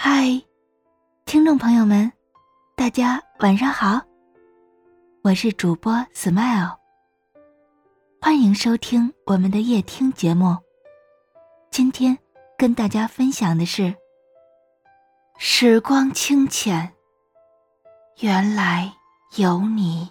嗨，听众朋友们，大家晚上好，我是主播 Smile， 欢迎收听我们的夜听节目。今天跟大家分享的是时光清浅，原来有你。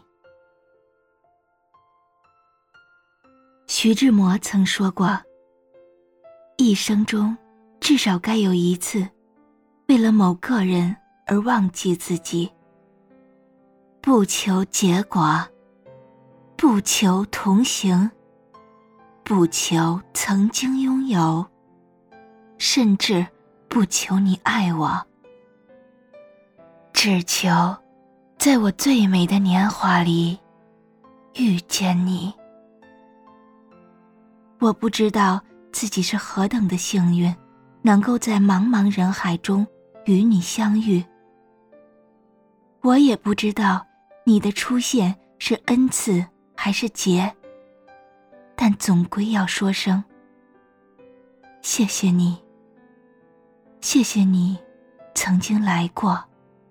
徐志摩曾说过，一生中至少该有一次为了某个人而忘记自己，不求结果，不求同行，不求曾经拥有，甚至不求你爱我，只求在我最美的年华里遇见你。我不知道自己是何等的幸运，能够在茫茫人海中与你相遇。我也不知道你的出现是恩赐还是劫，但总归要说声谢谢你，谢谢你曾经来过。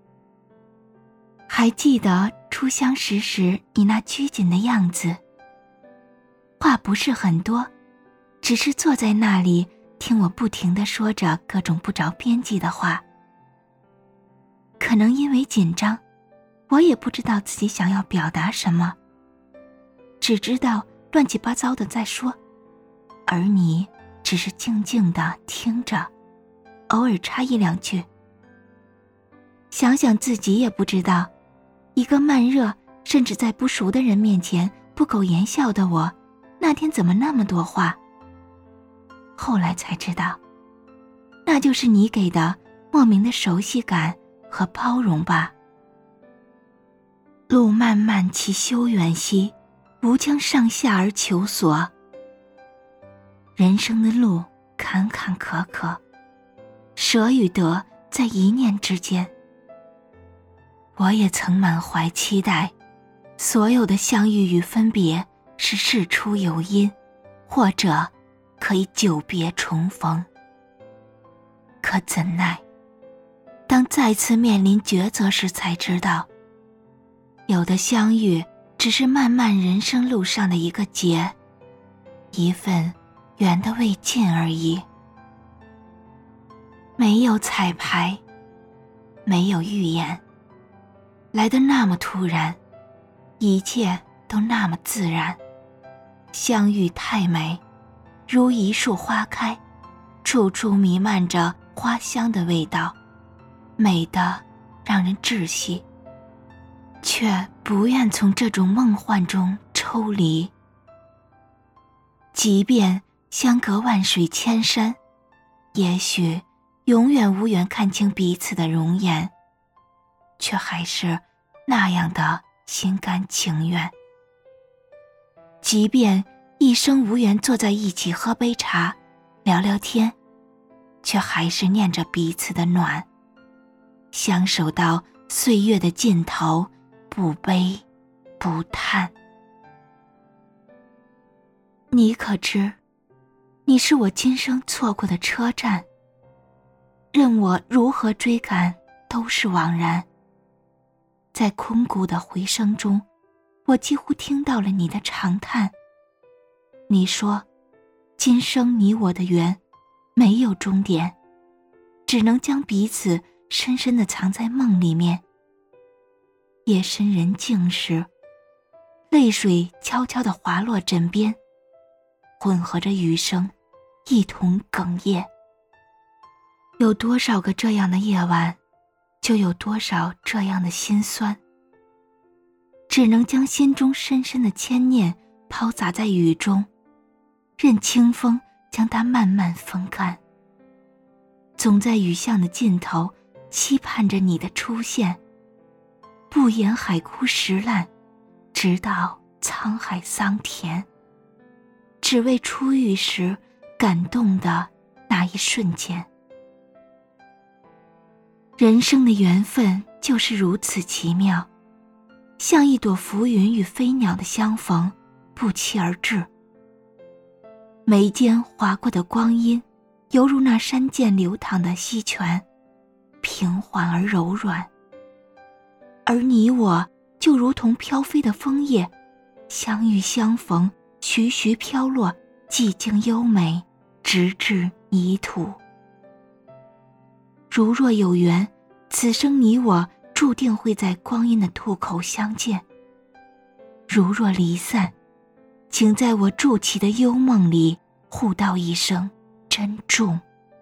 还记得初相识时你那拘谨的样子，话不是很多，只是坐在那里听我不停地说着各种不着边际的话。可能因为紧张，我也不知道自己想要表达什么，只知道乱七八糟的在说，而你只是静静地听着，偶尔插一两句。想想自己也不知道，一个慢热甚至在不熟的人面前不苟言笑的我，那天怎么那么多话。后来才知道，那就是你给的莫名的熟悉感和包容吧。路漫漫其修远兮，吾将上下而求索。人生的路坎坎坷坷，舍与得在一念之间。我也曾满怀期待，所有的相遇与分别是事出有因，或者可以久别重逢。可怎奈当再次面临抉择时，才知道有的相遇只是漫漫人生路上的一个劫，一份缘的未尽而已。没有彩排，没有预演，来得那么突然，一切都那么自然。相遇太美，如一束花开，处处弥漫着花香的味道，美得让人窒息，却不愿从这种梦幻中抽离。即便相隔万水千山，也许永远无缘看清彼此的容颜，却还是那样的心甘情愿。即便一生无缘坐在一起喝杯茶聊聊天，却还是念着彼此的暖，相守到岁月的尽头，不悲不叹。你可知，你是我今生错过的车站，任我如何追赶都是枉然。在空谷的回声中，我几乎听到了你的长叹。你说，今生你我的缘没有终点，只能将彼此深深地藏在梦里面。夜深人静时，泪水悄悄地滑落枕边，混合着雨声一同哽咽。有多少个这样的夜晚，就有多少这样的心酸，只能将心中深深的牵念抛洒在雨中，任清风将它慢慢风干。总在雨巷的尽头期盼着你的出现，不言海枯石烂，直到沧海桑田，只为初遇时感动的那一瞬间。人生的缘分就是如此奇妙，像一朵浮云与飞鸟的相逢，不期而至。眉间划过的光阴，犹如那山涧流淌的溪泉， 平缓而柔软，而你我就如同飘飞的枫叶，相遇相逢，徐徐飘落，寂静优美，直至泥土。如若有缘，此生你我注定会在光阴的渡口相见。如若离散，请在我筑起的幽梦里互道一声珍重。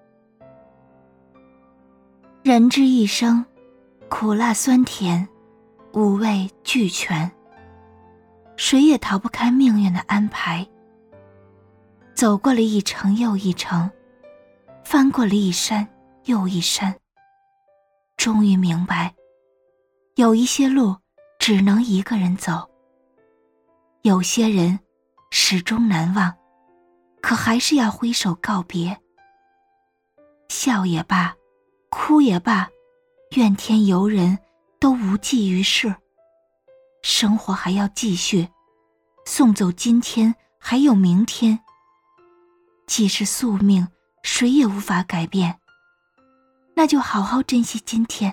人之一生，苦辣酸甜，五味俱全，谁也逃不开命运的安排。走过了一程又一程，翻过了一山又一山，终于明白，有一些路只能一个人走，有些人始终难忘，可还是要挥手告别。笑也罢，哭也罢，怨天尤人都无济于事。生活还要继续，送走今天还有明天。既是宿命，谁也无法改变，那就好好珍惜今天。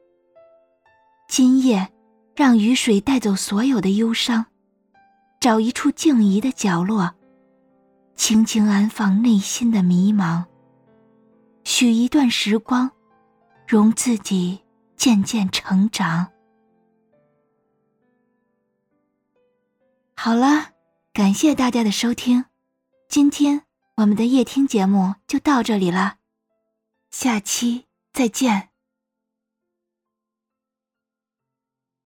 今夜让雨水带走所有的忧伤，找一处静怡的角落，轻轻安放内心的迷茫，许一段时光，容自己渐渐成长。好了，感谢大家的收听，今天我们的夜听节目就到这里了，下期再见。